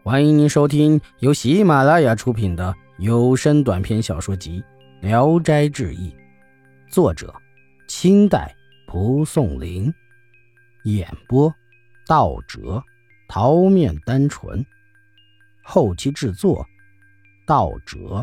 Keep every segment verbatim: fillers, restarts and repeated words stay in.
欢迎您收听由喜马拉雅出品的有声短篇小说集《聊斋志异》，作者清代蒲松龄，演播道哲、桃面单纯，后期制作道哲。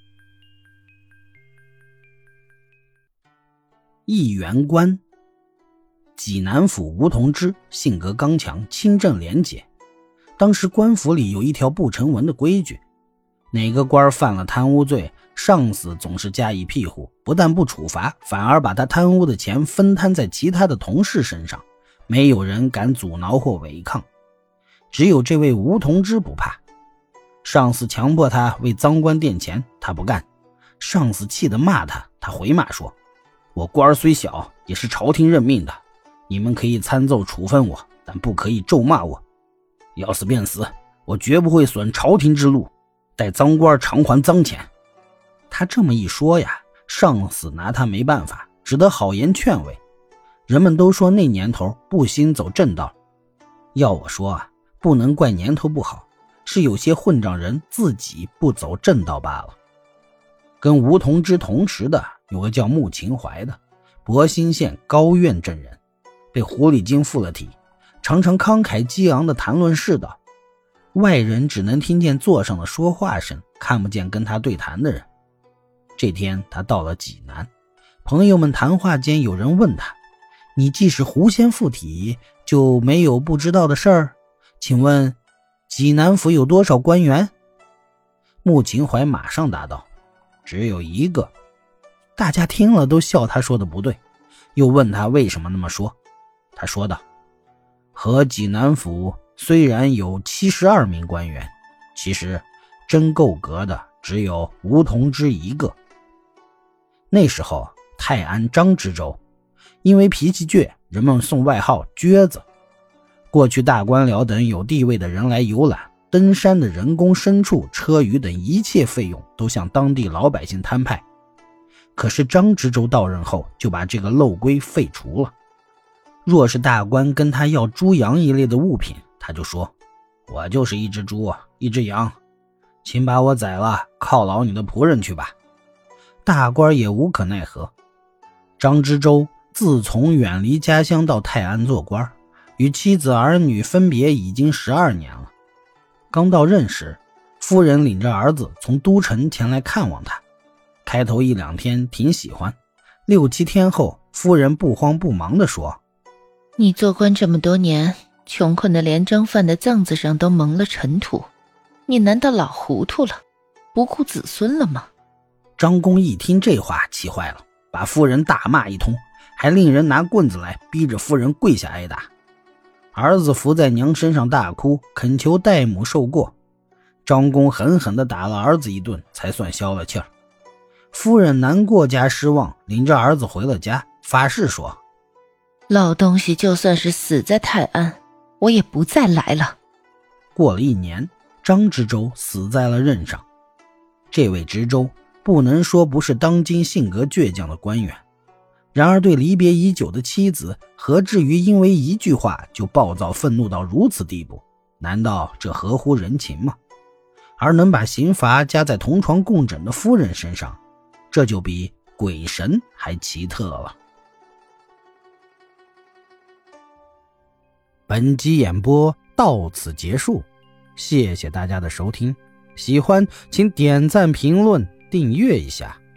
一员官，济南府吴同之性格刚强，清正廉洁。当时官府里有一条不成文的规矩，哪个官犯了贪污罪，上司总是加以庇护，不但不处罚，反而把他贪污的钱分摊在其他的同事身上，没有人敢阻挠或违抗。只有这位吴同之不怕，上司强迫他为赃官垫钱，他不干。上司气得骂他，他回骂说：我官虽小，也是朝廷任命的，你们可以参奏处分我，但不可以咒骂我。要死便死，我绝不会损朝廷之禄，待赃官偿还赃钱。他这么一说呀，上司拿他没办法，只得好言劝慰。人们都说那年头不兴走正道，要我说啊，不能怪年头不好，是有些混账人自己不走正道罢了。跟吴同之同时的有个叫穆秦淮的，博兴县高院镇人，被狐狸精附了体，常常慷慨激昂地谈论世道，外人只能听见座上的说话声，看不见跟他对谈的人。这天他到了济南，朋友们谈话间有人问他：你既是狐仙附体，就没有不知道的事儿？请问济南府有多少官员？穆秦淮马上答道：只有一个。大家听了都笑他说的不对，又问他为什么那么说。他说道：和济南府虽然有七十二名官员，其实真够格的只有吴同之一个。那时候泰安张知州因为脾气倔，人们送外号撅子。过去大官僚等有地位的人来游览，登山的人工、牲畜、车舆等一切费用都向当地老百姓摊派。可是张知州到任后就把这个漏规废除了。若是大官跟他要猪羊一类的物品，他就说：我就是一只猪，一只羊，请把我宰了，犒劳你的仆人去吧。大官也无可奈何。张知州自从远离家乡到泰安做官，与妻子儿女分别已经十二年了。刚到任时，夫人领着儿子从都城前来看望他，开头一两天挺喜欢，六七天后，夫人不慌不忙地说： 你做官这么多年，穷困的连蒸饭的凳子上都蒙了尘土，你难道老糊涂了，不顾子孙了吗？ 张公一听这话气坏了，把夫人大骂一通，还令人拿棍子来逼着夫人跪下挨打。儿子伏在娘身上大哭，恳求代母受过。张公狠狠地打了儿子一顿，才算消了气儿。夫人难过加失望，领着儿子回了家，发誓说： 老东西就算是死在泰安，我也不再来了。 过了一年，张知州死在了任上。这位知州不能说不是当今性格倔强的官员，然而对离别已久的妻子，何至于因为一句话就暴躁愤怒到如此地步？难道这合乎人情吗？而能把刑罚加在同床共枕的夫人身上，这就比鬼神还奇特了。本集演播到此结束，谢谢大家的收听，喜欢请点赞、评论、订阅一下。